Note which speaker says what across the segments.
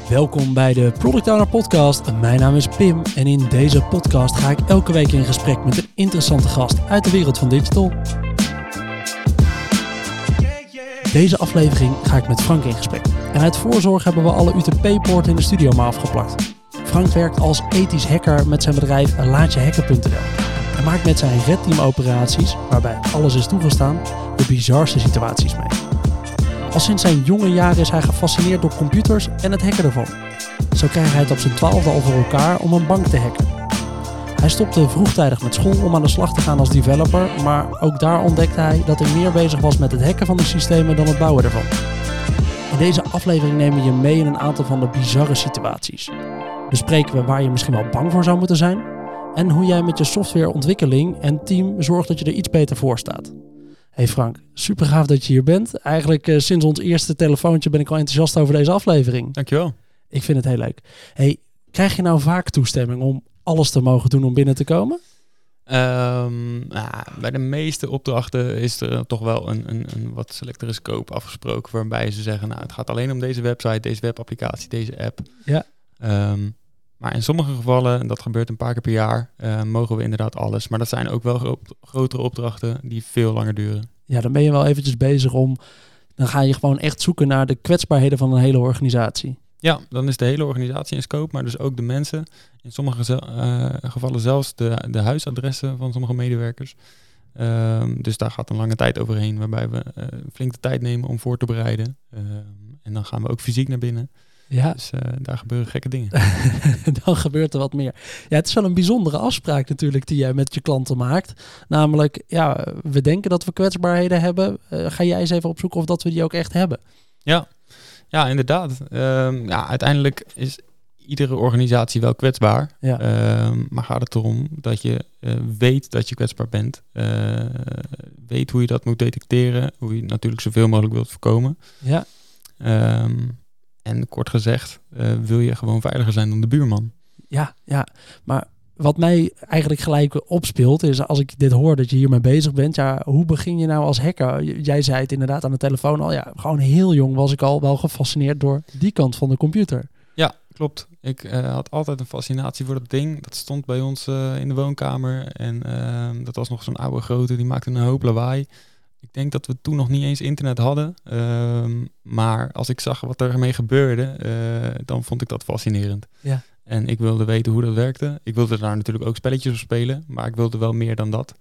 Speaker 1: Welkom bij de Product Owner Podcast. Mijn naam is Pim en in deze podcast ga ik elke week in gesprek met een interessante gast uit de wereld van digital. Deze aflevering ga ik met Frank in gesprek. En uit voorzorg hebben we alle UTP-poorten in de studio maar afgeplakt. Frank werkt als ethisch hacker met zijn bedrijf laatjehacken.nl. Hij maakt met zijn Red Team operaties, waarbij alles is toegestaan, de bizarste situaties mee. Al sinds zijn jonge jaren is hij gefascineerd door computers en het hacken ervan. Zo kreeg hij het op zijn 12e al voor elkaar om een bank te hacken. Hij stopte vroegtijdig met school om aan de slag te gaan als developer, maar ook daar ontdekte hij dat hij meer bezig was met het hacken van de systemen dan het bouwen ervan. In deze aflevering nemen we je mee in een aantal van de bizarre situaties. Bespreken we waar je misschien wel bang voor zou moeten zijn en hoe jij met je softwareontwikkeling en team zorgt dat je er iets beter voor staat. Hey Frank, super gaaf dat je hier bent. Eigenlijk sinds ons eerste telefoontje ben ik al enthousiast over deze aflevering.
Speaker 2: Dankjewel.
Speaker 1: Ik vind het heel leuk. Hey, krijg je nou vaak toestemming om alles te mogen doen om binnen te komen?
Speaker 2: Bij de meeste opdrachten is er toch wel een wat selectere scope afgesproken, waarbij ze zeggen, nou, het gaat alleen om deze website, deze webapplicatie, deze app.
Speaker 1: Ja.
Speaker 2: Maar in sommige gevallen, en dat gebeurt een paar keer per jaar, mogen we inderdaad alles. Maar dat zijn ook wel grotere opdrachten die veel langer duren. Ja,
Speaker 1: dan ben je wel eventjes bezig dan ga je gewoon echt zoeken naar de kwetsbaarheden van een hele organisatie.
Speaker 2: Ja, dan is de hele organisatie in scope, maar dus ook de mensen. In sommige gevallen zelfs de huisadressen van sommige medewerkers. Dus daar gaat een lange tijd overheen, waarbij we flink de tijd nemen om voor te bereiden. En dan gaan we ook fysiek naar binnen.
Speaker 1: Ja.
Speaker 2: Dus daar gebeuren gekke dingen.
Speaker 1: Dan gebeurt er wat meer. Ja, het is wel een bijzondere afspraak natuurlijk die jij met je klanten maakt. Namelijk, ja, we denken dat we kwetsbaarheden hebben. Ga jij eens even opzoeken of dat we die ook echt hebben?
Speaker 2: Ja, inderdaad. Uiteindelijk is iedere organisatie wel kwetsbaar. Ja. Maar gaat het erom dat je weet dat je kwetsbaar bent. Weet hoe je dat moet detecteren. Hoe je natuurlijk zoveel mogelijk wilt voorkomen.
Speaker 1: Ja.
Speaker 2: En kort gezegd, wil je gewoon veiliger zijn dan de buurman.
Speaker 1: Ja, maar wat mij eigenlijk gelijk opspeelt is als ik dit hoor dat je hiermee bezig bent. Ja, hoe begin je nou als hacker? Jij zei het inderdaad aan de telefoon al. Ja, gewoon heel jong was ik al wel gefascineerd door die kant van de computer.
Speaker 2: Ja, klopt. Ik had altijd een fascinatie voor dat ding. Dat stond bij ons in de woonkamer. En dat was nog zo'n oude grote, die maakte een hoop lawaai. Ik denk dat we toen nog niet eens internet hadden. Maar als ik zag wat er ermee gebeurde, dan vond ik dat fascinerend.
Speaker 1: Ja.
Speaker 2: En ik wilde weten hoe dat werkte. Ik wilde daar natuurlijk ook spelletjes op spelen, maar ik wilde wel meer dan dat.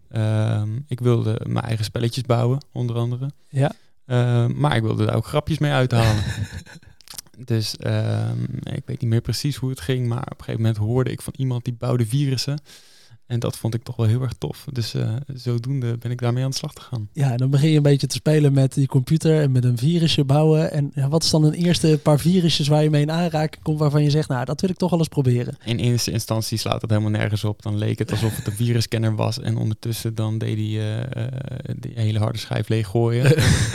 Speaker 2: Ik wilde mijn eigen spelletjes bouwen, onder andere.
Speaker 1: Ja.
Speaker 2: Maar ik wilde daar ook grapjes mee uithalen. Dus ik weet niet meer precies hoe het ging, maar op een gegeven moment hoorde ik van iemand die bouwde virussen. En dat vond ik toch wel heel erg tof. Dus zodoende ben ik daarmee aan de slag gegaan.
Speaker 1: Ja, en dan begin je een beetje te spelen met die computer en met een virusje bouwen. En ja, wat is dan een eerste paar virusjes waar je mee in aanraking komt waarvan je zegt, nou, dat wil ik toch wel eens proberen?
Speaker 2: In eerste instantie slaat het helemaal nergens op. Dan leek het alsof het een virusscanner was. En ondertussen dan deed hij die hele harde schijf leeggooien.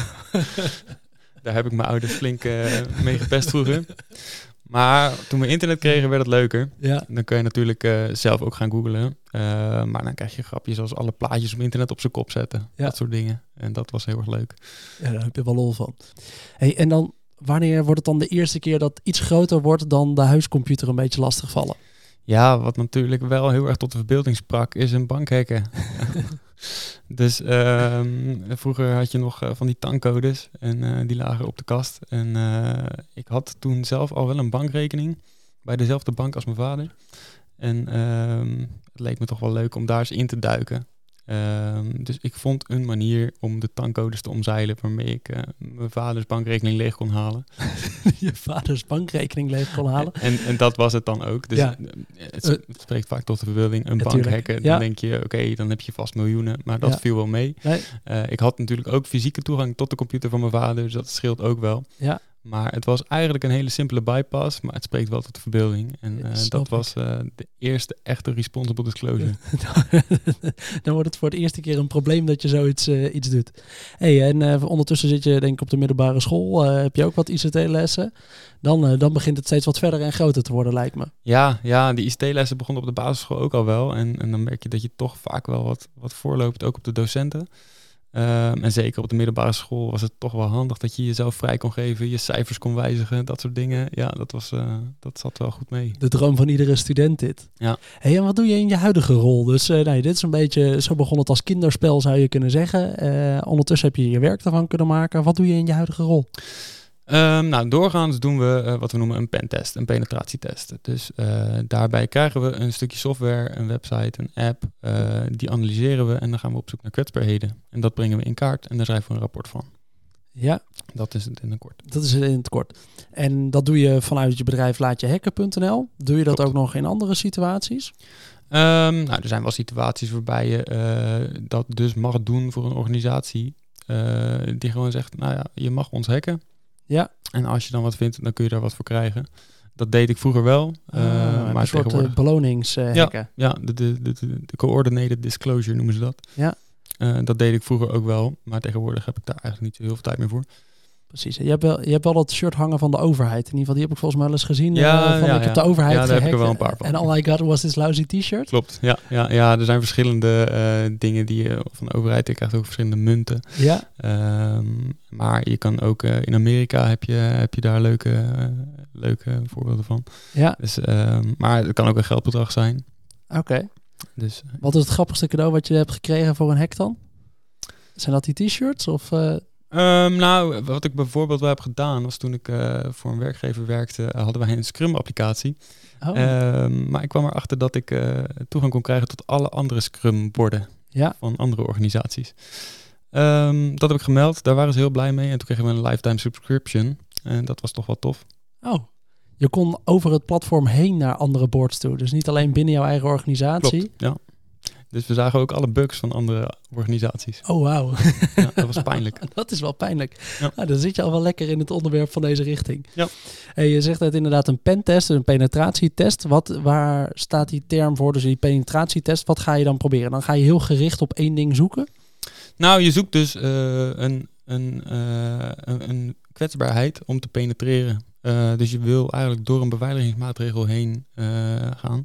Speaker 2: Daar heb ik mijn ouders flink mee gepest vroeger. Maar toen we internet kregen, werd het leuker.
Speaker 1: Ja.
Speaker 2: Dan kun je natuurlijk zelf ook gaan googlen. Maar dan krijg je grapjes als alle plaatjes op internet op zijn kop zetten. Ja. Dat soort dingen. En dat was heel erg leuk.
Speaker 1: Ja, daar heb je wel lol van. Hey, en dan, wanneer wordt het dan de eerste keer dat iets groter wordt dan de huiscomputer een beetje lastig vallen?
Speaker 2: Ja, wat natuurlijk wel heel erg tot de verbeelding sprak, is een bankhacken. Dus vroeger had je nog van die tankcodes en die lagen op de kast. En ik had toen zelf al wel een bankrekening bij dezelfde bank als mijn vader. En het leek me toch wel leuk om daar eens in te duiken. Dus ik vond een manier om de tankcodes te omzeilen waarmee ik mijn vaders bankrekening leeg kon halen.
Speaker 1: Je vaders bankrekening leeg kon halen?
Speaker 2: En dat was het dan ook. Dus ja. Het spreekt vaak tot de verbeelding. Een bank hacken, dan denk je, oké, dan heb je vast miljoenen. Maar dat viel wel mee. Nee. Ik had natuurlijk ook fysieke toegang tot de computer van mijn vader. Dus dat scheelt ook wel. Ja. Maar het was eigenlijk een hele simpele bypass, maar het spreekt wel tot de verbeelding. En dat was de eerste echte responsible disclosure.
Speaker 1: Dan wordt het voor de eerste keer een probleem dat je zoiets iets doet. Hey, en ondertussen zit je denk ik op de middelbare school. Heb je ook wat ICT-lessen? Dan begint het steeds wat verder en groter te worden, lijkt me.
Speaker 2: Ja, die ICT-lessen begonnen op de basisschool ook al wel. En dan merk je dat je toch vaak wel wat voorloopt, ook op de docenten. En zeker op de middelbare school was het toch wel handig dat je jezelf vrij kon geven, je cijfers kon wijzigen, dat soort dingen. Ja, dat zat wel goed mee.
Speaker 1: De droom van iedere student dit.
Speaker 2: Ja.
Speaker 1: Hey, en wat doe je in je huidige rol? Dus dit is een beetje, zo begon het als kinderspel zou je kunnen zeggen. Ondertussen heb je je werk ervan kunnen maken. Wat doe je in je huidige rol?
Speaker 2: Doorgaans doen we wat we noemen een pentest, een penetratietest. Dus daarbij krijgen we een stukje software, een website, een app. Die analyseren we en dan gaan we op zoek naar kwetsbaarheden. En dat brengen we in kaart en daar schrijven we een rapport van.
Speaker 1: Ja.
Speaker 2: Dat is het in het kort.
Speaker 1: Dat is het in het kort. En dat doe je vanuit je bedrijf laatjehacken.nl. Doe je dat ook nog in andere situaties?
Speaker 2: Er zijn wel situaties waarbij je dat dus mag doen voor een organisatie. Die gewoon zegt, je mag ons hacken.
Speaker 1: Ja.
Speaker 2: En als je dan wat vindt, dan kun je daar wat voor krijgen. Dat deed ik vroeger wel. Maar
Speaker 1: een soort beloningshacken.
Speaker 2: Ja, de coordinated disclosure noemen ze dat.
Speaker 1: Ja.
Speaker 2: Dat deed ik vroeger ook wel. Maar tegenwoordig heb ik daar eigenlijk niet zo heel veel tijd meer voor.
Speaker 1: Precies. Je hebt wel dat shirt hangen van de overheid. In ieder geval, die heb ik volgens mij wel eens gezien. Ik heb de overheid
Speaker 2: gehackt.
Speaker 1: Daar
Speaker 2: heb ik er wel een paar van.
Speaker 1: En all I got was this lousy t-shirt.
Speaker 2: Klopt. Ja, er zijn verschillende dingen die je van de overheid... Je krijgt ook verschillende munten.
Speaker 1: Ja.
Speaker 2: Maar je kan ook... in Amerika heb je daar leuke voorbeelden van.
Speaker 1: Ja.
Speaker 2: Dus, maar het kan ook een geldbedrag zijn.
Speaker 1: Oké.
Speaker 2: Dus,
Speaker 1: wat is het grappigste cadeau wat je hebt gekregen voor een hack dan? Zijn dat die t-shirts of...
Speaker 2: wat ik bijvoorbeeld wel heb gedaan, was toen ik voor een werkgever werkte, hadden wij een Scrum-applicatie.
Speaker 1: Oh.
Speaker 2: Maar ik kwam erachter dat ik toegang kon krijgen tot alle andere Scrum-borden van andere organisaties. Dat heb ik gemeld, daar waren ze heel blij mee. En toen kregen we een lifetime subscription. En dat was toch wel tof.
Speaker 1: Oh, je kon over het platform heen naar andere boards toe. Dus niet alleen binnen jouw eigen organisatie.
Speaker 2: Klopt, ja. Dus we zagen ook alle bugs van andere organisaties.
Speaker 1: Oh, wauw.
Speaker 2: Ja, dat was pijnlijk.
Speaker 1: Dat is wel pijnlijk.
Speaker 2: Ja.
Speaker 1: Dan zit je al wel lekker in het onderwerp van deze richting.
Speaker 2: Ja.
Speaker 1: Hey, je zegt het inderdaad een pentest, een penetratietest. Waar staat die term voor? Dus die penetratietest, wat ga je dan proberen? Dan ga je heel gericht op één ding zoeken?
Speaker 2: Nou, je zoekt dus een kwetsbaarheid om te penetreren. Dus je wil eigenlijk door een beveiligingsmaatregel heen gaan.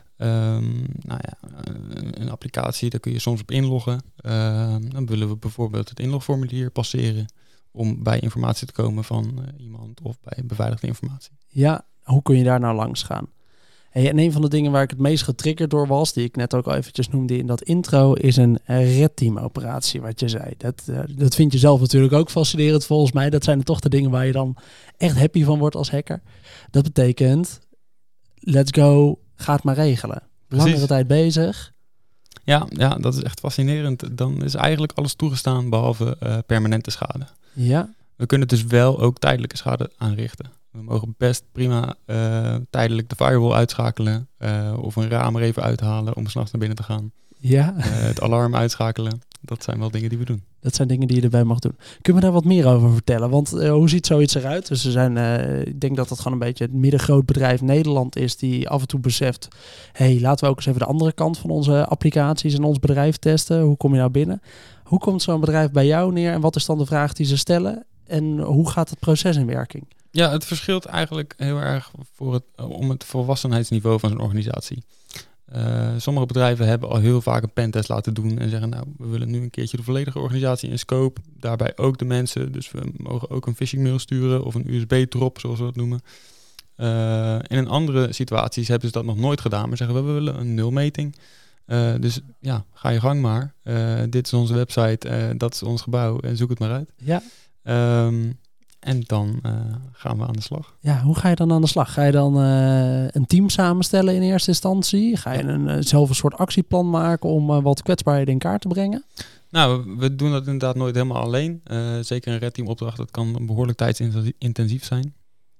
Speaker 2: Een applicatie, daar kun je soms op inloggen. Dan willen we bijvoorbeeld het inlogformulier passeren om bij informatie te komen van iemand of bij beveiligde informatie.
Speaker 1: Ja, hoe kun je daar nou langs gaan? Hey, en een van de dingen waar ik het meest getriggerd door was, die ik net ook al eventjes noemde in dat intro, is een red team operatie, wat je zei. Dat vind je zelf natuurlijk ook fascinerend volgens mij. Dat zijn toch de dingen waar je dan echt happy van wordt als hacker. Dat betekent, let's go, ga het maar regelen. Langere tijd bezig.
Speaker 2: Ja, dat is echt fascinerend. Dan is eigenlijk alles toegestaan behalve permanente schade.
Speaker 1: Ja.
Speaker 2: We kunnen dus wel ook tijdelijke schade aanrichten. We mogen best prima tijdelijk de firewall uitschakelen of een raam er even uithalen om 's nachts naar binnen te gaan.
Speaker 1: Ja.
Speaker 2: Het alarm uitschakelen. Dat zijn wel dingen die we doen.
Speaker 1: Dat zijn dingen die je erbij mag doen. Kun je me daar wat meer over vertellen? Want hoe ziet zoiets eruit? Dus ik denk dat dat gewoon een beetje het middengroot bedrijf Nederland is die af en toe beseft, laten we ook eens even de andere kant van onze applicaties en ons bedrijf testen. Hoe kom je nou binnen? Hoe komt zo'n bedrijf bij jou neer en wat is dan de vraag die ze stellen? En hoe gaat het proces in werking?
Speaker 2: Ja, het verschilt eigenlijk heel erg om het volwassenheidsniveau van zo'n organisatie. Sommige bedrijven hebben al heel vaak een pentest laten doen en zeggen, we willen nu een keertje de volledige organisatie in scope. Daarbij ook de mensen, dus we mogen ook een phishing mail sturen of een USB-drop, zoals we dat noemen. In andere situaties hebben ze dat nog nooit gedaan, maar zeggen we willen een nulmeting. Dus ja, ga je gang maar. Dit is onze website, dat is ons gebouw en zoek het maar uit.
Speaker 1: Ja.
Speaker 2: En dan gaan we aan de slag.
Speaker 1: Ja, hoe ga je dan aan de slag? Ga je dan een team samenstellen in eerste instantie? Ga je zelf een soort actieplan maken om wat kwetsbaarheden in kaart te brengen?
Speaker 2: Nou, we doen dat inderdaad nooit helemaal alleen. Zeker een red team opdracht, dat kan behoorlijk tijdsintensief zijn.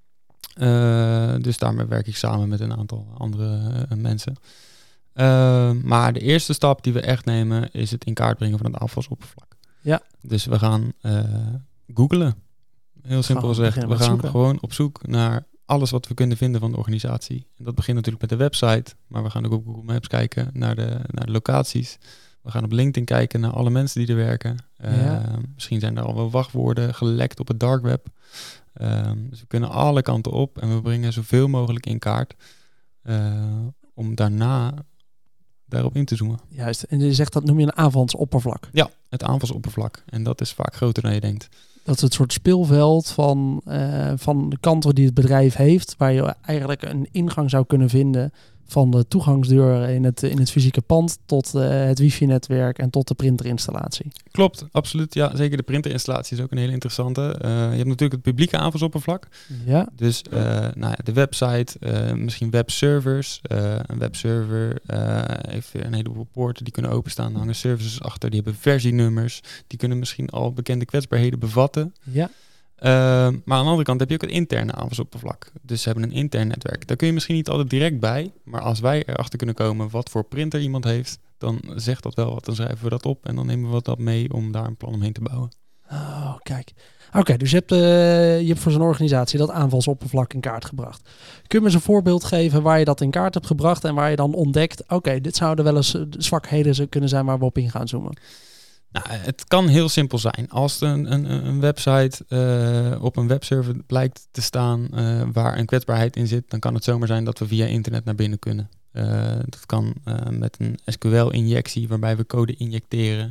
Speaker 2: Dus daarmee werk ik samen met een aantal andere mensen. Maar de eerste stap die we echt nemen is het in kaart brengen van het aanvalsoppervlak.
Speaker 1: Ja.
Speaker 2: Dus we gaan googlen. Heel simpel gezegd. We gaan gewoon op zoek naar alles wat we kunnen vinden van de organisatie. En dat begint natuurlijk met de website. Maar we gaan ook op Google Maps kijken naar de locaties. We gaan op LinkedIn kijken naar alle mensen die er werken. Misschien zijn er al wel wachtwoorden gelekt op het dark web. Dus we kunnen alle kanten op. En we brengen zoveel mogelijk in kaart. Om daarna daarop in te zoomen.
Speaker 1: Juist, en je zegt dat noem je een aanvalsoppervlak.
Speaker 2: Ja, het aanvalsoppervlak. En dat is vaak groter dan je denkt.
Speaker 1: Dat is het soort speelveld van de kanten die het bedrijf heeft, waar je eigenlijk een ingang zou kunnen vinden van de toegangsdeur in het fysieke pand tot het wifi-netwerk en tot de printerinstallatie.
Speaker 2: Klopt, absoluut. Ja, zeker de printerinstallatie is ook een hele interessante. Je hebt natuurlijk het publieke aanvalsoppervlak.
Speaker 1: Ja.
Speaker 2: Dus de website, misschien webservers. Een webserver heeft weer een heleboel poorten die kunnen openstaan. Er hangen services achter, die hebben versienummers. Die kunnen misschien al bekende kwetsbaarheden bevatten.
Speaker 1: Ja.
Speaker 2: Maar aan de andere kant heb je ook het interne aanvalsoppervlak. Dus ze hebben een intern netwerk. Daar kun je misschien niet altijd direct bij. Maar als wij erachter kunnen komen wat voor printer iemand heeft, dan zegt dat wel wat. Dan schrijven we dat op en dan nemen we dat mee om daar een plan omheen te bouwen.
Speaker 1: Oh, kijk. Oké, dus je hebt voor zo'n organisatie dat aanvalsoppervlak in kaart gebracht. Kun je me eens een voorbeeld geven waar je dat in kaart hebt gebracht en waar je dan ontdekt, oké, dit zouden wel eens zwakheden kunnen zijn waar we op in gaan zoomen?
Speaker 2: Nou, het kan heel simpel zijn. Als er een website op een webserver blijkt te staan waar een kwetsbaarheid in zit, dan kan het zomaar zijn dat we via internet naar binnen kunnen. Dat kan met een SQL-injectie waarbij we code injecteren.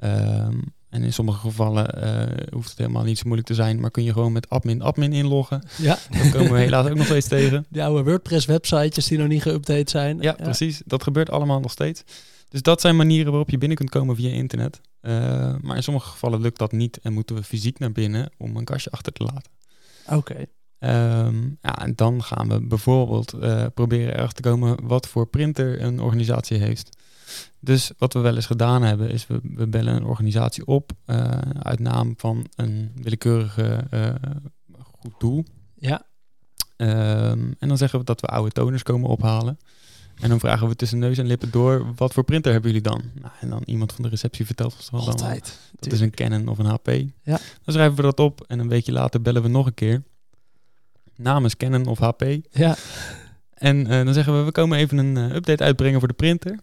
Speaker 2: En in sommige gevallen hoeft het helemaal niet zo moeilijk te zijn, maar kun je gewoon met admin inloggen.
Speaker 1: Ja.
Speaker 2: Dat komen we helaas ook nog steeds tegen.
Speaker 1: De oude WordPress-websitejes die nog niet geüpdate zijn.
Speaker 2: Ja, precies. Dat gebeurt allemaal nog steeds. Dus dat zijn manieren waarop je binnen kunt komen via internet. Maar in sommige gevallen lukt dat niet en moeten we fysiek naar binnen om een kastje achter te laten.
Speaker 1: Oké.
Speaker 2: En dan gaan we bijvoorbeeld proberen erachter te komen wat voor printer een organisatie heeft. Dus wat we wel eens gedaan hebben is we bellen een organisatie op uit naam van een willekeurige goed doel.
Speaker 1: Ja.
Speaker 2: En dan zeggen we dat we oude toners komen ophalen. En dan vragen we tussen neus en lippen door, wat voor printer hebben jullie dan? Nou, en dan iemand van de receptie vertelt ons dan.
Speaker 1: Altijd.
Speaker 2: Dat is een Canon of een HP.
Speaker 1: Ja.
Speaker 2: Dan schrijven we dat op en een weekje later bellen we nog een keer. Namens Canon of HP.
Speaker 1: Ja.
Speaker 2: En dan zeggen we komen even een update uitbrengen voor de printer.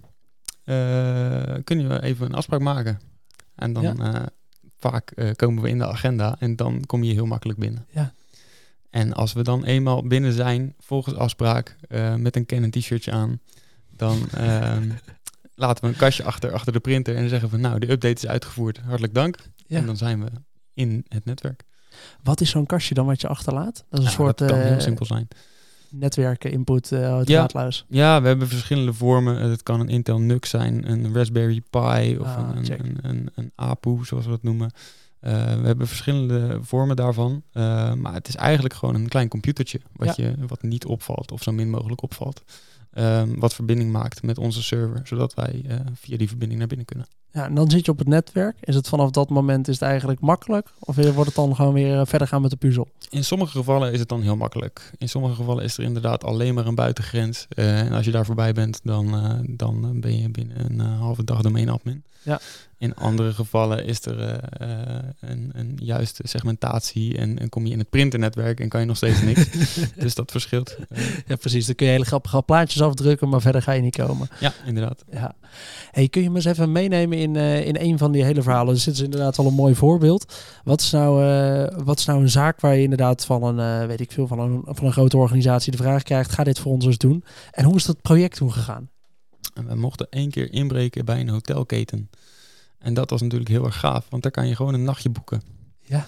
Speaker 2: Kunnen we even een afspraak maken? En dan vaak komen we in de agenda en dan kom je heel makkelijk binnen.
Speaker 1: Ja.
Speaker 2: En als we dan eenmaal binnen zijn, volgens afspraak, met een Canon t-shirtje aan, dan laten we een kastje achter de printer en dan zeggen we, nou, de update is uitgevoerd, hartelijk dank. Ja. En dan zijn we in het netwerk.
Speaker 1: Wat is zo'n kastje dan wat je achterlaat? Dat is een soort...
Speaker 2: Dat kan heel simpel zijn.
Speaker 1: Netwerken, input, draadluis.
Speaker 2: Ja, we hebben verschillende vormen. Het kan een Intel NUC zijn, een Raspberry Pi of een APU, zoals we dat noemen. We hebben verschillende vormen daarvan. Maar het is eigenlijk gewoon een klein computertje wat niet opvalt of zo min mogelijk opvalt. Wat verbinding maakt met onze server, zodat wij via die verbinding naar binnen kunnen.
Speaker 1: Ja, en dan zit je op het netwerk. Is het vanaf dat moment is het eigenlijk makkelijk? Of wordt het dan gewoon weer verder gaan met de puzzel?
Speaker 2: In sommige gevallen is het dan heel makkelijk. In sommige gevallen is er inderdaad alleen maar een buitengrens. En als je daar voorbij bent, dan ben je binnen een halve dag domeinadmin. Ja. In andere gevallen is er een juiste segmentatie en kom je in het printernetwerk en kan je nog steeds niks. Dus dat verschilt.
Speaker 1: Ja, precies. Dan kun je hele grappige plaatjes afdrukken, maar verder ga je niet komen.
Speaker 2: Ja, inderdaad.
Speaker 1: Ja. Hey, kun je me eens even meenemen in een van die hele verhalen? Dus dit is inderdaad wel een mooi voorbeeld. Wat is nou een zaak waar je inderdaad van een grote organisatie de vraag krijgt, ga dit voor ons eens doen? En hoe is dat project toen gegaan?
Speaker 2: En we mochten 1 keer inbreken bij een hotelketen. En dat was natuurlijk heel erg gaaf, want daar kan je gewoon een nachtje boeken.
Speaker 1: Ja.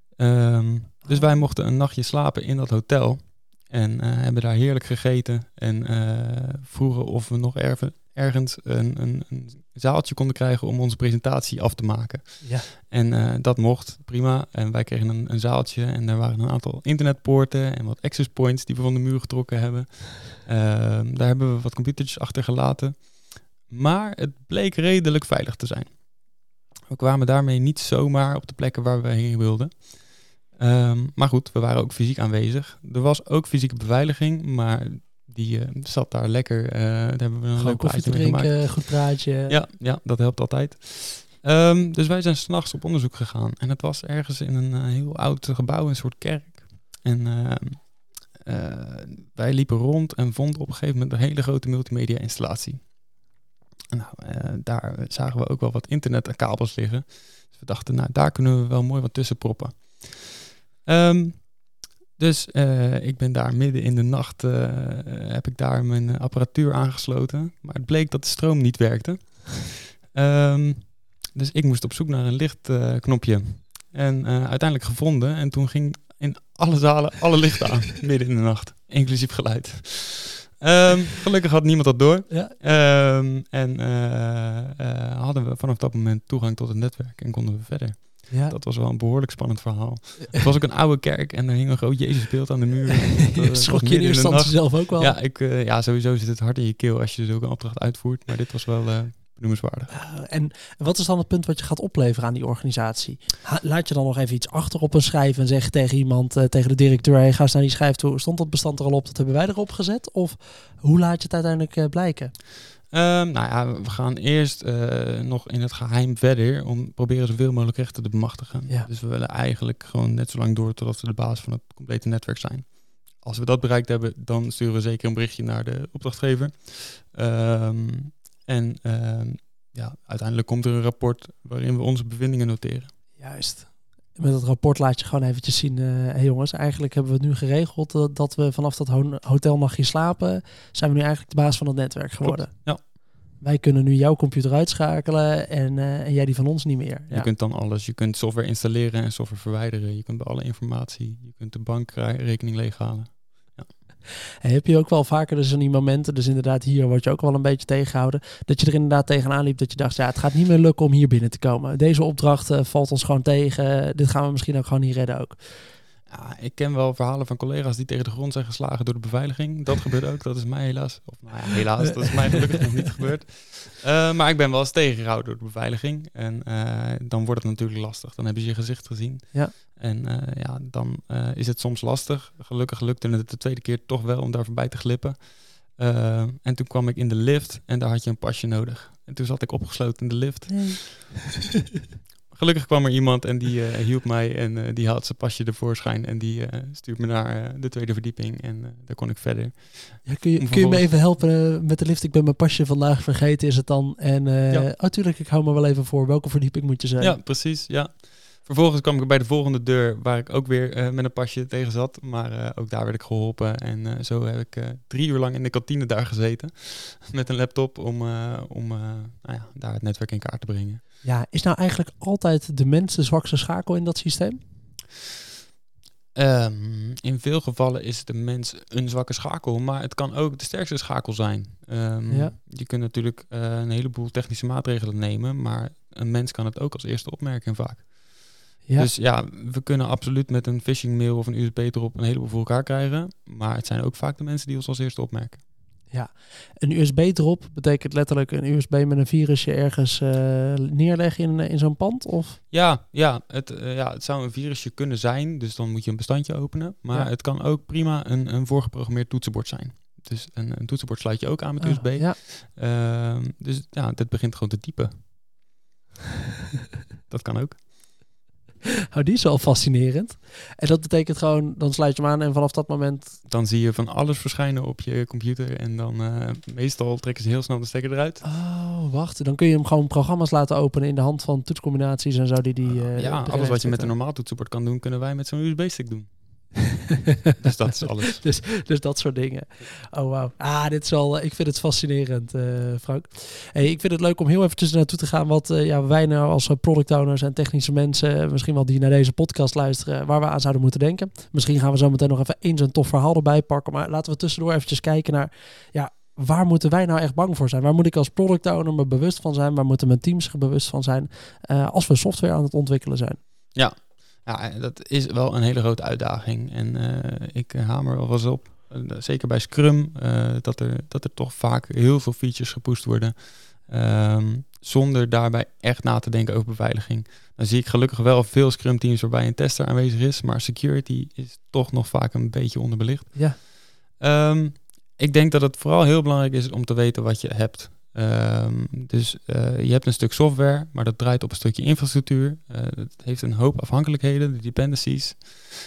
Speaker 2: Dus wij mochten een nachtje slapen in dat hotel. En hebben daar heerlijk gegeten. En vroegen of we nog ergens een zaaltje konden krijgen om onze presentatie af te maken. Ja. En dat mocht, prima. En wij kregen een zaaltje en daar waren een aantal internetpoorten en wat access points die we van de muur getrokken hebben. Daar hebben we wat computertjes achtergelaten. Maar het bleek redelijk veilig te zijn. We kwamen daarmee niet zomaar op de plekken waar we heen wilden. Maar goed, we waren ook fysiek aanwezig. Er was ook fysieke beveiliging, maar die zat daar lekker. Daar hebben we een leuk
Speaker 1: koffie drinken, goed praatje.
Speaker 2: Ja, dat helpt altijd. Dus wij zijn 's nachts op onderzoek gegaan. En het was ergens in een heel oud gebouw, een soort kerk. En wij liepen rond en vonden op een gegeven moment een hele grote multimedia installatie. Daar zagen we ook wel wat internetkabels liggen. Dus we dachten, daar kunnen we wel mooi wat tussen proppen. Dus ik ben daar midden in de nacht, heb ik daar mijn apparatuur aangesloten. Maar het bleek dat de stroom niet werkte. Dus ik moest op zoek naar een lichtknopje. En uiteindelijk gevonden. En toen ging in alle zalen alle lichten aan, midden in de nacht. Inclusief geluid. Gelukkig had niemand dat door.
Speaker 1: Ja.
Speaker 2: Hadden we vanaf dat moment toegang tot het netwerk en konden we verder.
Speaker 1: Ja.
Speaker 2: Dat was wel een behoorlijk spannend verhaal. Het was ook een oude kerk en er hing een groot Jezusbeeld aan de muur.
Speaker 1: Je schrok je in eerste instantie zelf ook wel.
Speaker 2: Ja, sowieso zit het hard in je keel als je zulke opdracht uitvoert. Maar dit was wel benoemenswaardig.
Speaker 1: En wat is dan het punt wat je gaat opleveren aan die organisatie? Laat je dan nog even iets achter op een schijf en zeg tegen iemand, tegen de directeur, hey, ga eens naar die schijf toe. Stond dat bestand er al op? Dat hebben wij erop gezet? Of hoe laat je het uiteindelijk blijken?
Speaker 2: We gaan eerst nog in het geheim verder om proberen zoveel mogelijk rechten te bemachtigen. Ja. Dus we willen eigenlijk gewoon net zo lang door totdat we de baas van het complete netwerk zijn. Als we dat bereikt hebben, dan sturen we zeker een berichtje naar de opdrachtgever. Uiteindelijk komt er een rapport waarin we onze bevindingen noteren.
Speaker 1: Juist. Met het rapport laat je gewoon eventjes zien, hey jongens, eigenlijk hebben we het nu geregeld dat we vanaf dat hotelnachtje slapen, zijn we nu eigenlijk de baas van het netwerk geworden.
Speaker 2: Klopt, ja.
Speaker 1: Wij kunnen nu jouw computer uitschakelen en jij die van ons niet meer. Ja.
Speaker 2: Je kunt dan alles. Je kunt software installeren en software verwijderen. Je kunt bij alle informatie. Je kunt de bankrekening leeghalen. Ja.
Speaker 1: En heb je ook wel vaker dus in die momenten, dus inderdaad hier word je ook wel een beetje tegengehouden, dat je er inderdaad tegenaan liep, dat je dacht, ja, het gaat niet meer lukken om hier binnen te komen. Deze opdracht valt ons gewoon tegen. Dit gaan we misschien ook gewoon niet redden ook.
Speaker 2: Ja, ik ken wel verhalen van collega's die tegen de grond zijn geslagen door de beveiliging. Dat gebeurt ook, dat is mij helaas. Of nou ja, helaas, dat is mij gelukkig nog niet gebeurd. Maar ik ben wel eens tegengehouden door de beveiliging. En dan wordt het natuurlijk lastig. Dan hebben ze je gezicht gezien.
Speaker 1: Ja.
Speaker 2: En dan is het soms lastig. Gelukkig lukte het de tweede keer toch wel om daar voorbij te glippen. En toen kwam ik in de lift en daar had je een pasje nodig. En toen zat ik opgesloten in de lift. Nee. Gelukkig kwam er iemand en die hielp mij en die haalt zijn pasje tevoorschijn en die stuurt me naar de tweede verdieping en daar kon ik verder.
Speaker 1: Ja, kun je me even helpen met de lift? Ik ben mijn pasje vandaag vergeten, is het dan? En tuurlijk, ik hou me wel even voor. Welke verdieping moet je zijn?
Speaker 2: Ja, precies, ja. Vervolgens kwam ik bij de volgende deur waar ik ook weer met een pasje tegen zat. Maar ook daar werd ik geholpen. En zo heb ik 3 uur lang in de kantine daar gezeten. Met een laptop om daar het netwerk in kaart te brengen.
Speaker 1: Ja, is nou eigenlijk altijd de mens de zwakste schakel in dat systeem?
Speaker 2: In veel gevallen is de mens een zwakke schakel, maar het kan ook de sterkste schakel zijn. Je kunt natuurlijk een heleboel technische maatregelen nemen, maar een mens kan het ook als eerste opmerken vaak. Ja. Dus ja, we kunnen absoluut met een phishing mail of een USB-drop een heleboel voor elkaar krijgen, maar het zijn ook vaak de mensen die ons als eerste opmerken.
Speaker 1: Ja, een USB-drop betekent letterlijk een USB met een virusje ergens neerleggen in zo'n pand? Of?
Speaker 2: Ja, het zou een virusje kunnen zijn, dus dan moet je een bestandje openen. Maar het kan ook prima een voorgeprogrammeerd toetsenbord zijn. Dus een toetsenbord sluit je ook aan met USB. Ja. Dus ja, dit begint gewoon te typen. Dat kan ook.
Speaker 1: Oh, die is wel fascinerend. En dat betekent gewoon, dan sluit je hem aan en vanaf dat moment...
Speaker 2: Dan zie je van alles verschijnen op je computer en dan meestal trekken ze heel snel de stekker eruit.
Speaker 1: Oh, wacht. Dan kun je hem gewoon programma's laten openen in de hand van toetscombinaties en zo
Speaker 2: alles wat je met een normaal toetsenbord kan doen, kunnen wij met zo'n USB-stick doen. Dus dat is alles.
Speaker 1: Dus dat soort dingen. Oh, wauw. Dit is al. Ik vind het fascinerend, Frank. Hey, ik vind het leuk om heel eventjes naartoe te gaan wat wij nou als product owners en technische mensen, misschien wel die naar deze podcast luisteren, waar we aan zouden moeten denken. Misschien gaan we zo meteen nog even eens een tof verhaal erbij pakken, maar laten we tussendoor eventjes kijken naar, waar moeten wij nou echt bang voor zijn? Waar moet ik als product owner me bewust van zijn? Waar moeten mijn teams er bewust van zijn als we software aan het ontwikkelen zijn?
Speaker 2: Ja, dat is wel een hele grote uitdaging. En ik hamer wel eens op, zeker bij Scrum, dat er toch vaak heel veel features gepusht worden. Zonder daarbij echt na te denken over beveiliging. Dan zie ik gelukkig wel veel Scrum teams waarbij een tester aanwezig is. Maar security is toch nog vaak een beetje onderbelicht.
Speaker 1: Ja.
Speaker 2: Ik denk dat het vooral heel belangrijk is om te weten wat je hebt. Dus je hebt een stuk software, maar dat draait op een stukje infrastructuur. Het heeft een hoop afhankelijkheden, de dependencies.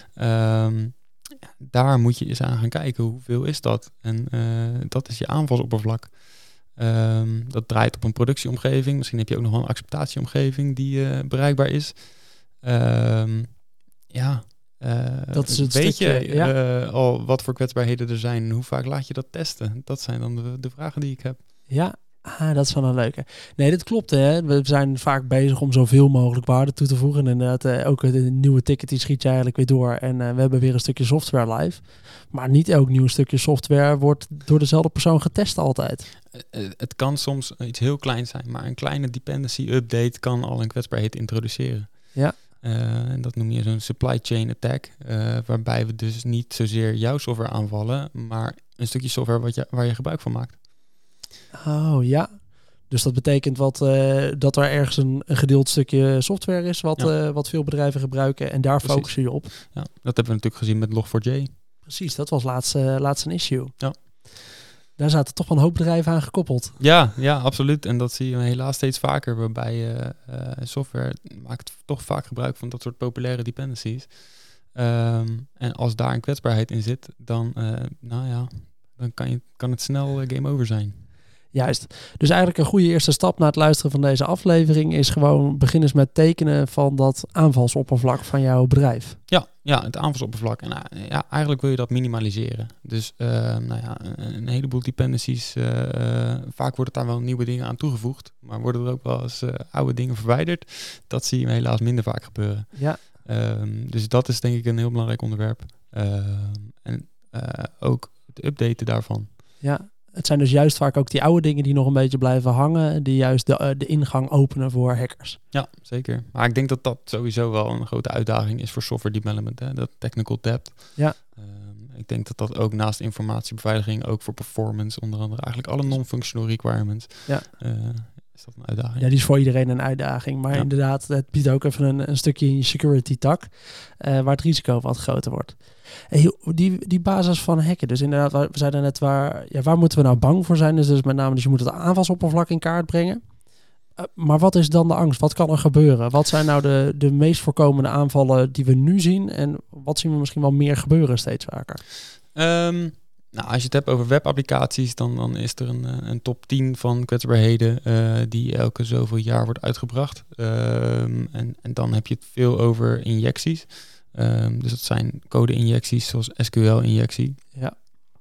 Speaker 2: Daar moet je eens aan gaan kijken, hoeveel is dat? En dat is je aanvalsoppervlak. Dat draait op een productieomgeving. Misschien heb je ook nog wel een acceptatieomgeving die bereikbaar is.
Speaker 1: Dat is het
Speaker 2: weet
Speaker 1: stukje,
Speaker 2: je al wat voor kwetsbaarheden er zijn? Hoe vaak laat je dat testen? Dat zijn dan de vragen die ik heb.
Speaker 1: Ja, dat is wel een leuke. Nee, dit klopt. Hè. We zijn vaak bezig om zoveel mogelijk waarde toe te voegen. En inderdaad, ook een nieuwe ticket die schiet je eigenlijk weer door. En we hebben weer een stukje software live. Maar niet elk nieuw stukje software wordt door dezelfde persoon getest altijd.
Speaker 2: Het kan soms iets heel kleins zijn, maar een kleine dependency update kan al een kwetsbaarheid introduceren.
Speaker 1: Ja.
Speaker 2: En dat noem je zo'n supply chain attack, waarbij we dus niet zozeer jouw software aanvallen, maar een stukje software waar je gebruik van maakt.
Speaker 1: Oh ja. Dus dat betekent dat er ergens een gedeeld stukje software is wat veel bedrijven gebruiken en daar focussen je op.
Speaker 2: Ja, dat hebben we natuurlijk gezien met Log4j.
Speaker 1: Precies, dat was laatst een issue.
Speaker 2: Ja.
Speaker 1: Daar zaten toch wel een hoop bedrijven aan gekoppeld.
Speaker 2: Ja, absoluut. En dat zie je helaas steeds vaker, waarbij software maakt toch vaak gebruik van dat soort populaire dependencies. En als daar een kwetsbaarheid in zit, dan kan het snel game over zijn. Juist.
Speaker 1: Dus eigenlijk een goede eerste stap na het luisteren van deze aflevering is gewoon begin eens met tekenen van dat aanvalsoppervlak van jouw bedrijf.
Speaker 2: Ja, het aanvalsoppervlak. En eigenlijk wil je dat minimaliseren. Dus een heleboel dependencies, vaak worden daar wel nieuwe dingen aan toegevoegd, maar worden er ook wel eens oude dingen verwijderd. Dat zie je helaas minder vaak gebeuren.
Speaker 1: Ja.
Speaker 2: Dus dat is denk ik een heel belangrijk onderwerp. En ook het updaten daarvan.
Speaker 1: Ja. Het zijn dus juist vaak ook die oude dingen die nog een beetje blijven hangen, die juist de ingang openen voor hackers.
Speaker 2: Ja, zeker. Maar ik denk dat dat sowieso wel een grote uitdaging is voor software development, hè? Dat technical debt.
Speaker 1: Ja.
Speaker 2: Ik denk dat ook naast informatiebeveiliging, ook voor performance, onder andere eigenlijk alle non-functional requirements, is dat een uitdaging.
Speaker 1: Ja, die is voor iedereen een uitdaging. Maar inderdaad, het biedt ook even een stukje in je security tak, waar het risico wat groter wordt. Die basis van hacken, dus inderdaad, we zeiden net waar moeten we nou bang voor zijn? Dus met name, je moet het aanvalsoppervlak in kaart brengen. Maar wat is dan de angst? Wat kan er gebeuren? Wat zijn nou de meest voorkomende aanvallen die we nu zien? En wat zien we misschien wel meer gebeuren steeds vaker?
Speaker 2: Als je het hebt over webapplicaties, dan is er een top 10 van kwetsbaarheden die elke zoveel jaar wordt uitgebracht. En dan heb je het veel over injecties. Dus dat zijn code-injecties zoals SQL-injectie.
Speaker 1: Ja.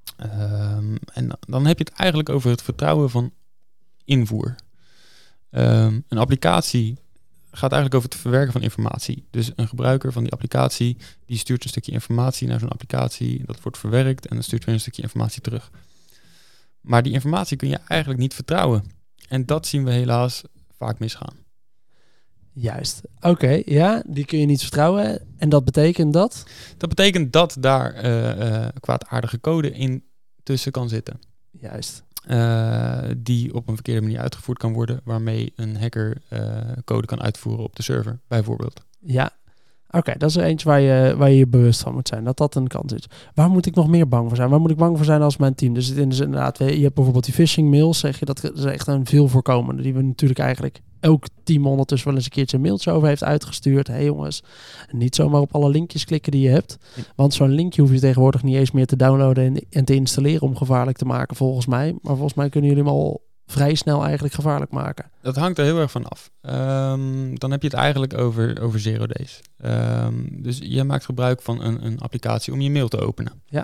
Speaker 2: En dan heb je het eigenlijk over het vertrouwen van invoer. Een applicatie gaat eigenlijk over het verwerken van informatie. Dus een gebruiker van die applicatie, die stuurt een stukje informatie naar zo'n applicatie. Dat wordt verwerkt en dan stuurt weer een stukje informatie terug. Maar die informatie kun je eigenlijk niet vertrouwen. En dat zien we helaas vaak misgaan.
Speaker 1: Juist. Oké, die kun je niet vertrouwen. En dat betekent dat?
Speaker 2: Dat betekent dat daar kwaadaardige code in tussen kan zitten.
Speaker 1: Juist.
Speaker 2: Die op een verkeerde manier uitgevoerd kan worden, waarmee een hacker code kan uitvoeren op de server, bijvoorbeeld.
Speaker 1: Ja, oké, dat is er eentje waar je bewust van moet zijn, dat een kans is. Waar moet ik nog meer bang voor zijn? Waar moet ik bang voor zijn als mijn team? Dus inderdaad, je hebt bijvoorbeeld die phishing mails, zeg je, dat is echt een veel voorkomende, die we natuurlijk eigenlijk elk team ondertussen wel eens een keertje een mailtje over heeft uitgestuurd. Hey jongens, niet zomaar op alle linkjes klikken die je hebt. Want zo'n linkje hoef je tegenwoordig niet eens meer te downloaden en te installeren om gevaarlijk te maken, volgens mij. Maar volgens mij kunnen jullie hem al vrij snel eigenlijk gevaarlijk maken.
Speaker 2: Dat hangt er heel erg van af. Dan heb je het eigenlijk over 0 days. Dus je maakt gebruik van een applicatie om je mail te openen.
Speaker 1: Ja.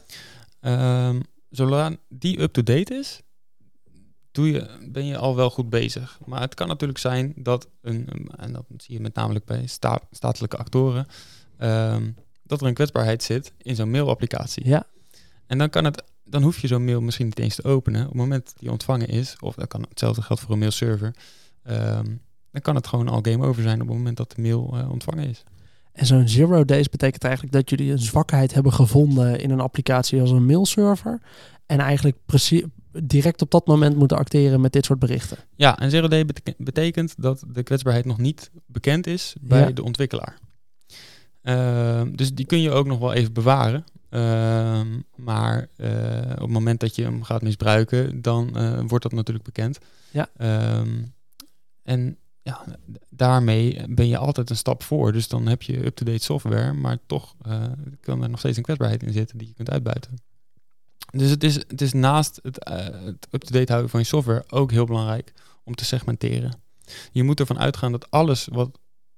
Speaker 2: Zolang die up-to-date is, ben je al wel goed bezig. Maar het kan natuurlijk zijn dat en dat zie je met name bij statelijke actoren, dat er een kwetsbaarheid zit in zo'n mailapplicatie.
Speaker 1: Ja.
Speaker 2: En dan hoef je zo'n mail misschien niet eens te openen. Op het moment die ontvangen is, of dat kan hetzelfde geldt voor een mailserver, dan kan het gewoon al game over zijn op het moment dat de mail ontvangen is.
Speaker 1: En zo'n 0 days betekent eigenlijk dat jullie een zwakheid hebben gevonden in een applicatie als een mailserver en eigenlijk direct op dat moment moeten acteren met dit soort berichten.
Speaker 2: Ja, en 0 day betekent dat de kwetsbaarheid nog niet bekend is bij de ontwikkelaar. Dus die kun je ook nog wel even bewaren. Maar op het moment dat je hem gaat misbruiken, dan wordt dat natuurlijk bekend.
Speaker 1: Ja.
Speaker 2: En daarmee ben je altijd een stap voor. Dus dan heb je up-to-date software, maar toch kan er nog steeds een kwetsbaarheid in zitten die je kunt uitbuiten. Dus het is naast het up-to-date houden van je software ook heel belangrijk om te segmenteren. Je moet ervan uitgaan dat alles wat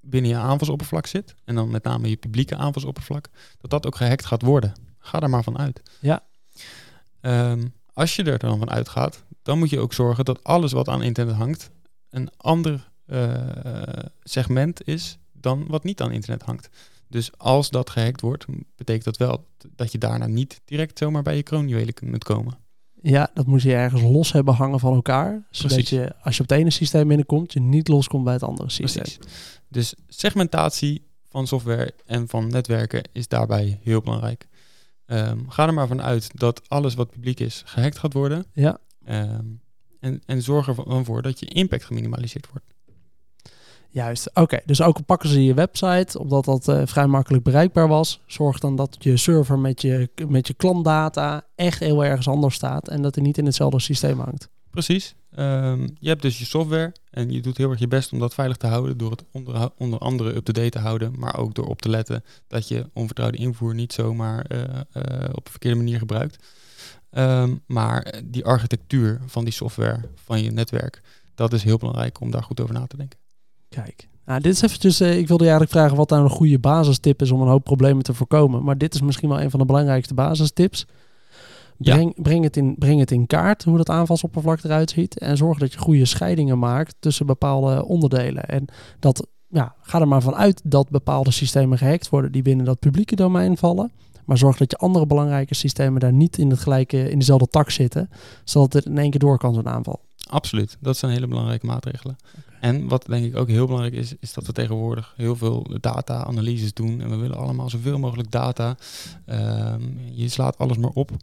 Speaker 2: binnen je aanvalsoppervlak zit, en dan met name je publieke aanvalsoppervlak, dat ook gehackt gaat worden. Ga er maar van uit.
Speaker 1: Ja.
Speaker 2: Als je er dan van uitgaat, dan moet je ook zorgen dat alles wat aan internet hangt een ander segment is dan wat niet aan internet hangt. Dus als dat gehackt wordt, betekent dat wel dat je daarna niet direct zomaar bij je kroonjuwelen kunt komen.
Speaker 1: Ja, dat moet je ergens los hebben hangen van elkaar. Zodat
Speaker 2: Precies.
Speaker 1: je, als je op het ene systeem binnenkomt, je niet loskomt bij het andere systeem.
Speaker 2: Precies. Dus segmentatie van software en van netwerken is daarbij heel belangrijk. Ga er maar van uit dat alles wat publiek is gehackt gaat worden.
Speaker 1: Ja.
Speaker 2: En zorg er dan voor dat je impact geminimaliseerd wordt.
Speaker 1: Juist, oké. Dus ook pakken ze je website, omdat dat vrij makkelijk bereikbaar was. Zorg dan dat je server met je klantdata echt heel ergens anders staat en dat hij niet in hetzelfde systeem hangt.
Speaker 2: Precies. Je hebt dus je software en je doet heel erg je best om dat veilig te houden door het onder andere up-to-date te houden, maar ook door op te letten dat je onvertrouwde invoer niet zomaar op een verkeerde manier gebruikt. Maar die architectuur van die software, van je netwerk, dat is heel belangrijk om daar goed over na te denken.
Speaker 1: Kijk, nou, dit is eventjes, ik wilde je eigenlijk vragen wat nou een goede basistip is om een hoop problemen te voorkomen. Maar dit is misschien wel een van de belangrijkste basistips. Breng het in kaart hoe dat aanvalsoppervlak eruit ziet. En zorg dat je goede scheidingen maakt tussen bepaalde onderdelen. En ga er maar van uit dat bepaalde systemen gehackt worden die binnen dat publieke domein vallen. Maar zorg dat je andere belangrijke systemen daar niet in dezelfde tak zitten. Zodat het in één keer door kan zo'n aanval.
Speaker 2: Absoluut, dat zijn hele belangrijke maatregelen. Okay. En wat denk ik ook heel belangrijk is dat we tegenwoordig heel veel data-analyses doen. En we willen allemaal zoveel mogelijk data. Je slaat alles maar op.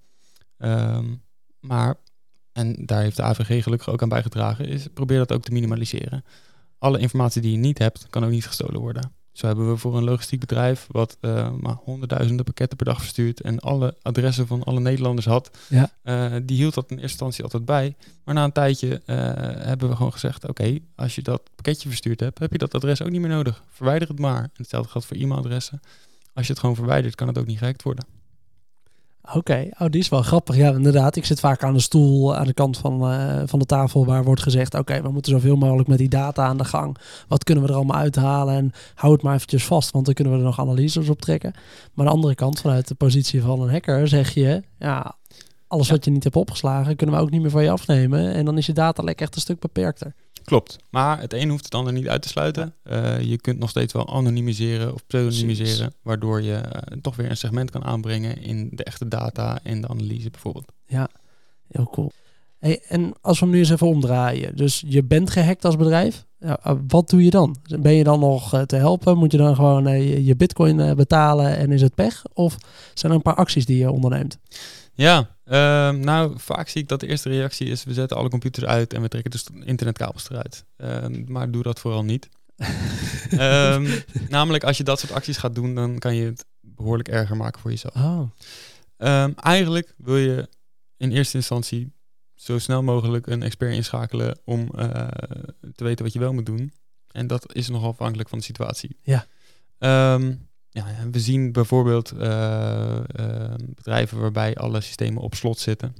Speaker 2: En daar heeft de AVG gelukkig ook aan bijgedragen, probeer dat ook te minimaliseren. Alle informatie die je niet hebt, kan ook niet gestolen worden. Zo hebben we voor een logistiek bedrijf wat honderdduizenden pakketten per dag verstuurt en alle adressen van alle Nederlanders had. Ja. Die hield dat in eerste instantie altijd bij. Maar na een tijdje hebben we gewoon gezegd, oké, als je dat pakketje verstuurd hebt, heb je dat adres ook niet meer nodig. Verwijder het maar. En hetzelfde geldt voor e-mailadressen. Als je het gewoon verwijdert, kan het ook niet gehackt worden.
Speaker 1: Oké, die is wel grappig. Ja, inderdaad. Ik zit vaak aan de stoel aan de kant van de tafel waar wordt gezegd, oké, we moeten zoveel mogelijk met die data aan de gang. Wat kunnen we er allemaal uithalen? En hou het maar eventjes vast, want dan kunnen we er nog analyses op trekken. Maar aan de andere kant, vanuit de positie van een hacker, zeg je, alles wat je niet hebt opgeslagen, kunnen we ook niet meer van je afnemen. En dan is je datalek echt een stuk beperkter.
Speaker 2: Klopt, maar het een hoeft het ander niet uit te sluiten. Je kunt nog steeds wel anonimiseren of pseudonymiseren, precies, waardoor je toch weer een segment kan aanbrengen in de echte data en de analyse bijvoorbeeld.
Speaker 1: Ja, heel cool. Hey, en als we hem nu eens even omdraaien. Dus je bent gehackt als bedrijf. Wat doe je dan? Ben je dan nog te helpen? Moet je dan gewoon je bitcoin betalen en is het pech? Of zijn er een paar acties die je onderneemt?
Speaker 2: Ja, vaak zie ik dat de eerste reactie is, we zetten alle computers uit en we trekken de internetkabels eruit. Maar doe dat vooral niet. Namelijk, als je dat soort acties gaat doen, dan kan je het behoorlijk erger maken voor jezelf.
Speaker 1: Oh.
Speaker 2: Eigenlijk wil je in eerste instantie zo snel mogelijk een expert inschakelen om te weten wat je wel moet doen. En dat is nogal afhankelijk van de situatie.
Speaker 1: Ja.
Speaker 2: We zien bijvoorbeeld bedrijven waarbij alle systemen op slot zitten.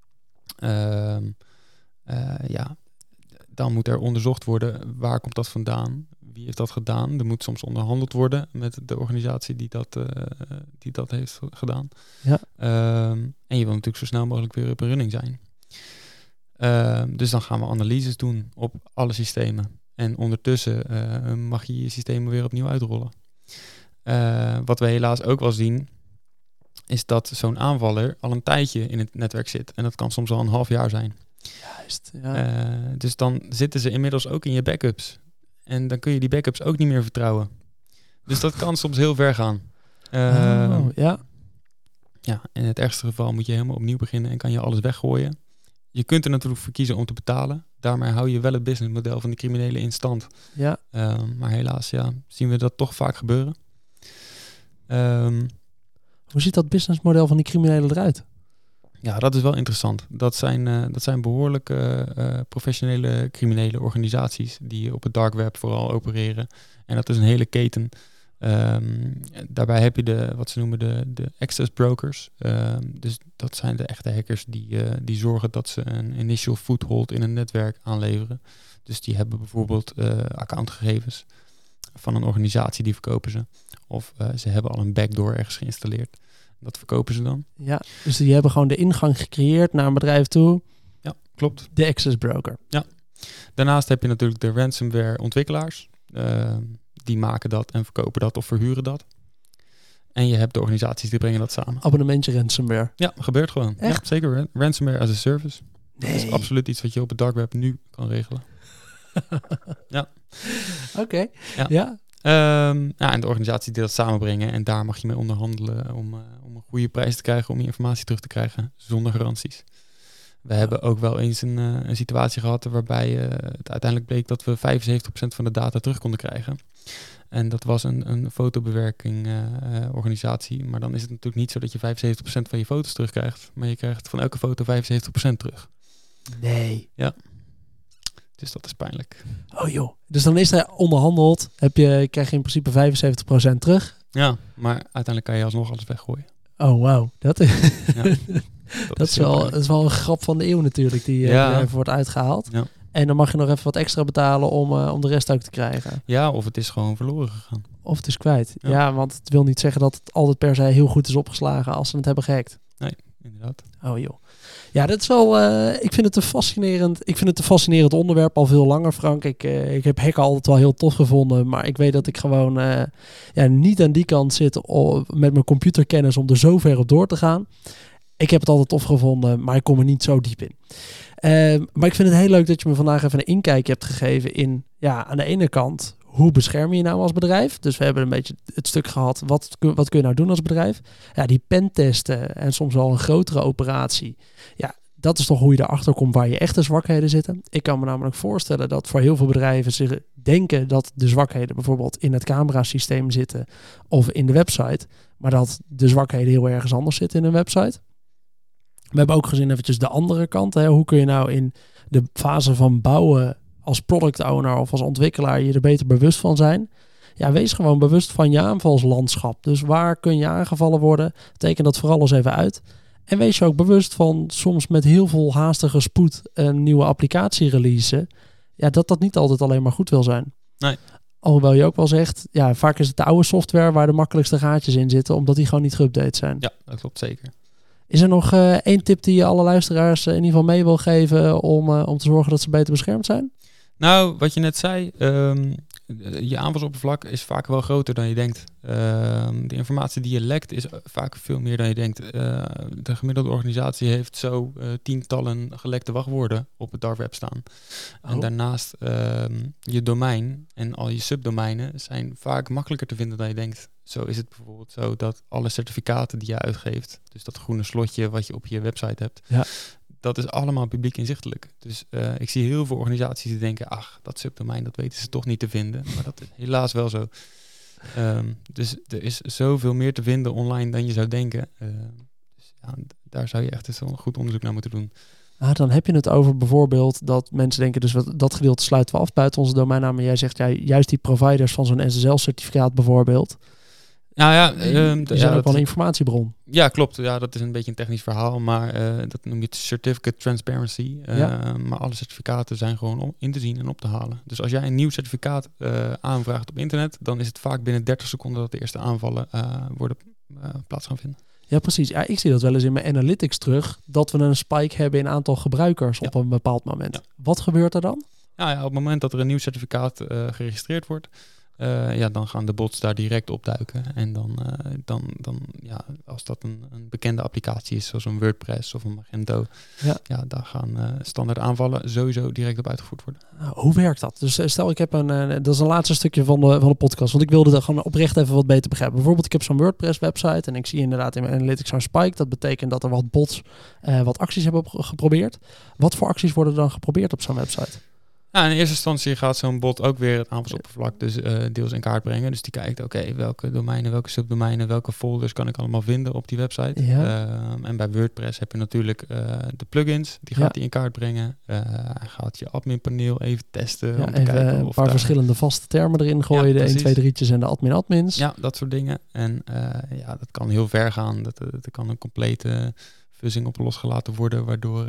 Speaker 2: Dan moet er onderzocht worden, waar komt dat vandaan? Wie heeft dat gedaan? Er moet soms onderhandeld worden met de organisatie die dat heeft gedaan.
Speaker 1: Ja.
Speaker 2: En je wil natuurlijk zo snel mogelijk weer op een running zijn. Dus dan gaan we analyses doen op alle systemen. En ondertussen mag je systemen weer opnieuw uitrollen. Wat we helaas ook wel zien, is dat zo'n aanvaller al een tijdje in het netwerk zit. En dat kan soms al een half jaar zijn.
Speaker 1: Juist, ja.
Speaker 2: Dus dan zitten ze inmiddels ook in je backups. En dan kun je die backups ook niet meer vertrouwen. Dus dat kan soms heel ver gaan.
Speaker 1: Ja,
Speaker 2: in het ergste geval moet je helemaal opnieuw beginnen en kan je alles weggooien. Je kunt er natuurlijk voor kiezen om te betalen. Daarmee hou je wel het businessmodel van die criminelen in stand.
Speaker 1: Ja.
Speaker 2: Maar helaas zien we dat toch vaak gebeuren.
Speaker 1: Hoe ziet dat businessmodel van die criminelen eruit?
Speaker 2: Ja, dat is wel interessant. Dat zijn behoorlijk professionele criminele organisaties die op het dark web vooral opereren. En dat is een hele keten. Daarbij heb je wat ze noemen de access brokers. Dus dat zijn de echte hackers die zorgen dat ze een initial foothold in een netwerk aanleveren. Dus die hebben bijvoorbeeld accountgegevens. van een organisatie, die verkopen ze. Of ze hebben al een backdoor ergens geïnstalleerd. Dat verkopen ze dan.
Speaker 1: Ja, dus die hebben gewoon de ingang gecreëerd naar een bedrijf toe.
Speaker 2: Ja, klopt.
Speaker 1: De access broker.
Speaker 2: Ja. Daarnaast heb je natuurlijk de ransomware ontwikkelaars. Die maken dat en verkopen dat of verhuren dat. En je hebt de organisaties die brengen dat samen.
Speaker 1: Abonnementje ransomware.
Speaker 2: Ja, gebeurt gewoon.
Speaker 1: Echt?
Speaker 2: Ja, zeker. Ransomware as a service.
Speaker 1: Nee.
Speaker 2: Dat is absoluut iets wat je op het dark web nu kan regelen. Ja.
Speaker 1: Oké.
Speaker 2: Ja.
Speaker 1: Ja.
Speaker 2: En de organisaties die dat samenbrengen. En daar mag je mee onderhandelen om een goede prijs te krijgen, om je informatie terug te krijgen, zonder garanties. We hebben ook wel eens een situatie gehad waarbij het uiteindelijk bleek dat we 75% van de data terug konden krijgen. En dat was een fotobewerking organisatie. Maar dan is het natuurlijk niet zo dat je 75% van je foto's terugkrijgt. Maar je krijgt van elke foto 75% terug.
Speaker 1: Nee.
Speaker 2: Ja. Dus dat is pijnlijk.
Speaker 1: Oh joh. Dus dan is er onderhandeld. Krijg je in principe 75% terug.
Speaker 2: Ja, maar uiteindelijk kan je alsnog alles weggooien.
Speaker 1: Oh wow. Dat is,
Speaker 2: Ja,
Speaker 1: dat is wel een grap van de eeuw natuurlijk. Die er even wordt uitgehaald.
Speaker 2: Ja.
Speaker 1: En dan mag je nog even wat extra betalen om de rest ook te krijgen.
Speaker 2: Ja, of het is gewoon verloren gegaan.
Speaker 1: Of het is kwijt.
Speaker 2: Ja.
Speaker 1: Ja, want het wil niet zeggen dat het altijd per se heel goed is opgeslagen als ze het hebben gehackt.
Speaker 2: Nee, inderdaad.
Speaker 1: Oh joh. Ja, dat is wel. Ik vind het een fascinerend onderwerp al veel langer, Frank. Ik heb hacken altijd wel heel tof gevonden, maar ik weet dat ik gewoon niet aan die kant zit met mijn computerkennis om er zo ver op door te gaan. Ik heb het altijd tof gevonden, maar ik kom er niet zo diep in. Maar ik vind het heel leuk dat je me vandaag even een inkijkje hebt gegeven in, aan de ene kant, hoe bescherm je je nou als bedrijf? Dus we hebben een beetje het stuk gehad, wat kun je nou doen als bedrijf? Ja, die pentesten en soms wel een grotere operatie. Ja, dat is toch hoe je erachter komt waar je echte zwakheden zitten. Ik kan me namelijk voorstellen dat voor heel veel bedrijven zich denken dat de zwakheden bijvoorbeeld in het camerasysteem zitten of in de website, maar dat de zwakheden heel ergens anders zitten in een website. We hebben ook gezien eventjes de andere kant. Hè. Hoe kun je nou in de fase van bouwen als product owner of als ontwikkelaar je er beter bewust van zijn? Ja, wees gewoon bewust van je aanvalslandschap. Dus waar kun je aangevallen worden? Teken dat vooral eens even uit. En wees je ook bewust van soms met heel veel haastige spoed een nieuwe applicatie releasen. Ja, dat niet altijd alleen maar goed wil zijn.
Speaker 2: Nee.
Speaker 1: Alhoewel je ook wel zegt, ja, vaak is het de oude software waar de makkelijkste gaatjes in zitten, omdat die gewoon niet geüpdate zijn.
Speaker 2: Ja, dat klopt zeker.
Speaker 1: Is er nog één tip die je alle luisteraars in ieder geval mee wil geven om te zorgen dat ze beter beschermd zijn?
Speaker 2: Nou, wat je net zei, je aanvalsoppervlak is vaak wel groter dan je denkt. De informatie die je lekt is vaak veel meer dan je denkt. De gemiddelde organisatie heeft zo tientallen gelekte wachtwoorden op het dark web staan.
Speaker 1: Oh.
Speaker 2: En daarnaast je domein en al je subdomeinen zijn vaak makkelijker te vinden dan je denkt. Zo is het bijvoorbeeld zo dat alle certificaten die je uitgeeft, dus dat groene slotje wat je op je website hebt,
Speaker 1: ja,
Speaker 2: dat is allemaal publiek inzichtelijk. Dus ik zie heel veel organisaties die denken, ach, dat subdomein, dat weten ze toch niet te vinden. Maar dat is helaas wel zo. Dus er is zoveel meer te vinden online dan je zou denken. Dus ja, daar zou je echt eens een goed onderzoek naar moeten doen.
Speaker 1: Dan heb je het over bijvoorbeeld dat mensen denken, dus dat gedeelte sluiten we af buiten onze domeinnaam. Maar jij zegt, juist die providers van zo'n SSL-certificaat bijvoorbeeld.
Speaker 2: Nou
Speaker 1: die zijn ook wel een informatiebron.
Speaker 2: Ja, klopt. Ja, dat is een beetje een technisch verhaal, maar dat noem je het certificate transparency. Maar alle certificaten zijn gewoon om in te zien en op te halen. Dus als jij een nieuw certificaat aanvraagt op internet, dan is het vaak binnen 30 seconden dat de eerste aanvallen plaats gaan vinden.
Speaker 1: Ja, precies. Ja, ik zie dat wel eens in mijn analytics terug, dat we een spike hebben in aantal gebruikers op een bepaald moment. Ja. Wat gebeurt er dan?
Speaker 2: Ja, op het moment dat er een nieuw certificaat geregistreerd wordt, dan gaan de bots daar direct op duiken. En dan als dat een bekende applicatie is, zoals een WordPress of een Magento, daar gaan standaard aanvallen sowieso direct op uitgevoerd worden.
Speaker 1: Hoe werkt dat? Dus stel, ik heb dat is een laatste stukje van de podcast, want ik wilde er gewoon oprecht even wat beter begrijpen. Bijvoorbeeld, ik heb zo'n WordPress website en ik zie inderdaad in mijn analytics zo'n spike. Dat betekent dat er wat bots wat acties hebben geprobeerd. Wat voor acties worden dan geprobeerd op zo'n website?
Speaker 2: Nou, in eerste instantie gaat zo'n bot ook weer het aanvalsoppervlak dus deels in kaart brengen. Dus die kijkt, welke domeinen, welke subdomeinen, welke folders kan ik allemaal vinden op die website.
Speaker 1: Ja.
Speaker 2: En bij WordPress heb je natuurlijk de plugins, die gaat die in kaart brengen. Hij gaat je adminpaneel even testen.
Speaker 1: Ja,
Speaker 2: om te kijken
Speaker 1: een paar verschillende vaste termen erin gooien. De 1, 2, 3'tjes en de admins.
Speaker 2: Ja, dat soort dingen. En dat kan heel ver gaan. Dat kan een complete fuzzing op losgelaten worden, waardoor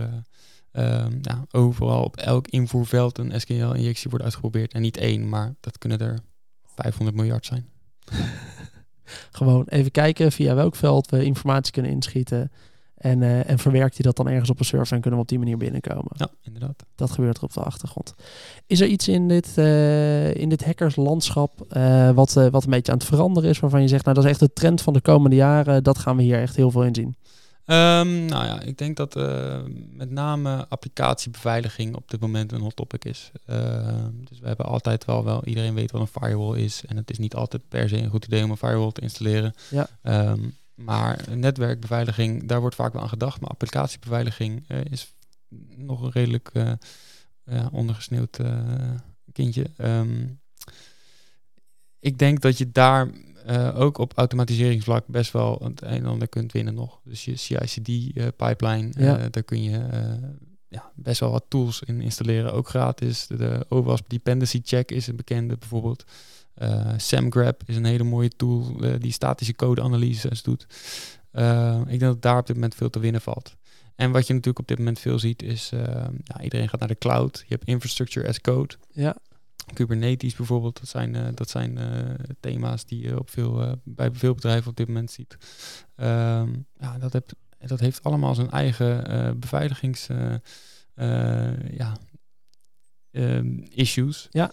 Speaker 2: overal op elk invoerveld een SQL-injectie wordt uitgeprobeerd. En niet één, maar dat kunnen er 500 miljard zijn.
Speaker 1: Gewoon even kijken via welk veld we informatie kunnen inschieten. En verwerkt hij dat dan ergens op een server en kunnen we op die manier binnenkomen.
Speaker 2: Ja, inderdaad.
Speaker 1: Dat gebeurt er op de achtergrond. Is er iets in dit hackerslandschap wat een beetje aan het veranderen is, waarvan je zegt, nou dat is echt de trend van de komende jaren, dat gaan we hier echt heel veel in zien?
Speaker 2: Ik denk dat met name applicatiebeveiliging op dit moment een hot topic is. Dus we hebben altijd wel, iedereen weet wat een firewall is. En het is niet altijd per se een goed idee om een firewall te installeren.
Speaker 1: Ja.
Speaker 2: Maar netwerkbeveiliging, daar wordt vaak wel aan gedacht. Maar applicatiebeveiliging is nog een redelijk ondergesneeuwd kindje. Ik denk dat je daar ook op automatiseringsvlak best wel het een en ander kunt winnen nog. Dus je CI/CD-pipeline, daar kun je best wel wat tools in installeren, ook gratis. De OWASP Dependency Check is een bekende bijvoorbeeld. SamGrab is een hele mooie tool die statische codeanalyses doet. Ik denk dat daar op dit moment veel te winnen valt. En wat je natuurlijk op dit moment veel ziet is, iedereen gaat naar de cloud. Je hebt infrastructure as code.
Speaker 1: Ja.
Speaker 2: Kubernetes bijvoorbeeld, dat zijn thema's die je bij veel bedrijven op dit moment ziet. Dat heeft allemaal zijn eigen beveiligings issues.
Speaker 1: Ja.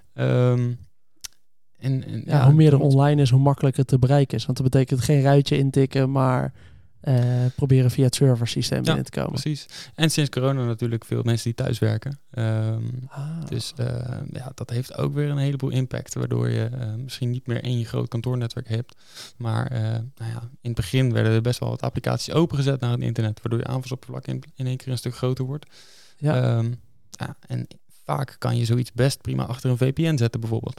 Speaker 2: Hoe
Speaker 1: meer er online is, hoe makkelijker het te bereiken is. Want dat betekent geen ruitje intikken, maar proberen via het serversysteem binnen te komen.
Speaker 2: Precies. En sinds corona natuurlijk veel mensen die thuis werken. Dus dat heeft ook weer een heleboel impact, waardoor je misschien niet meer één groot kantoornetwerk hebt. Maar in het begin werden er best wel wat applicaties opengezet naar het internet, waardoor je aanvalsoppervlak in één keer een stuk groter wordt.
Speaker 1: Ja.
Speaker 2: En vaak kan je zoiets best prima achter een VPN zetten bijvoorbeeld.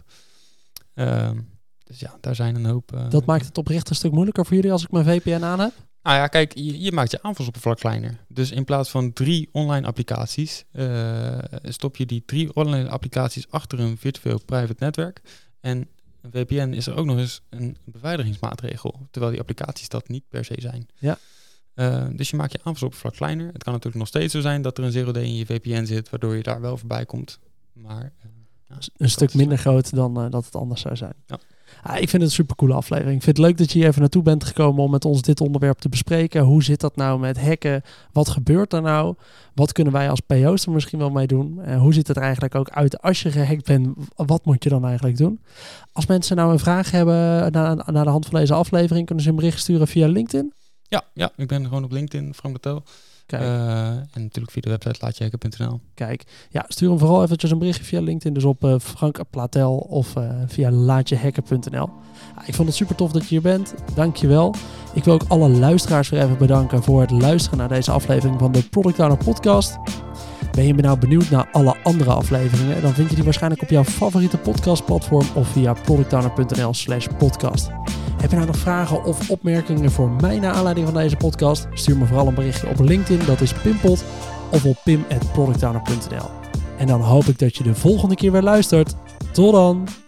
Speaker 2: Dus daar zijn een hoop...
Speaker 1: dat maakt het oprecht een stuk moeilijker voor jullie als ik mijn VPN aan heb?
Speaker 2: Nou ja, kijk, je maakt je aanvalsoppervlak kleiner. Dus in plaats van 3 online applicaties, stop je die 3 online applicaties achter een virtueel private netwerk. En een VPN is er ook nog eens een beveiligingsmaatregel, terwijl die applicaties dat niet per se zijn.
Speaker 1: Ja.
Speaker 2: Dus je maakt je aanvalsoppervlak kleiner. Het kan natuurlijk nog steeds zo zijn dat er een 0D in je VPN zit, waardoor je daar wel voorbij komt. Maar
Speaker 1: een stuk minder groot dan dat het anders zou zijn.
Speaker 2: Ja.
Speaker 1: Ik vind het een supercoole aflevering. Ik vind het leuk dat je hier even naartoe bent gekomen om met ons dit onderwerp te bespreken. Hoe zit dat nou met hacken? Wat gebeurt er nou? Wat kunnen wij als PO's er misschien wel mee doen? Hoe ziet het er eigenlijk ook uit als je gehackt bent? Wat moet je dan eigenlijk doen? Als mensen nou een vraag hebben naar de hand van deze aflevering, kunnen ze een bericht sturen via LinkedIn?
Speaker 2: Ja, ik ben gewoon op LinkedIn, Frank Batel. En natuurlijk via de website laatjehacken.nl.
Speaker 1: Kijk, stuur hem vooral eventjes een berichtje via LinkedIn. Dus op Frank Platel of via laatjehacken.nl. Ik vond het super tof dat je hier bent. Dank je wel. Ik wil ook alle luisteraars weer even bedanken voor het luisteren naar deze aflevering van de Product Owner Podcast. Ben je nou benieuwd naar alle andere afleveringen? Dan vind je die waarschijnlijk op jouw favoriete podcastplatform of via productowner.nl/podcast. Heb je nou nog vragen of opmerkingen voor mij naar aanleiding van deze podcast? Stuur me vooral een berichtje op LinkedIn, dat is Pimpot, of op pim@productowner.nl. En dan hoop ik dat je de volgende keer weer luistert. Tot dan!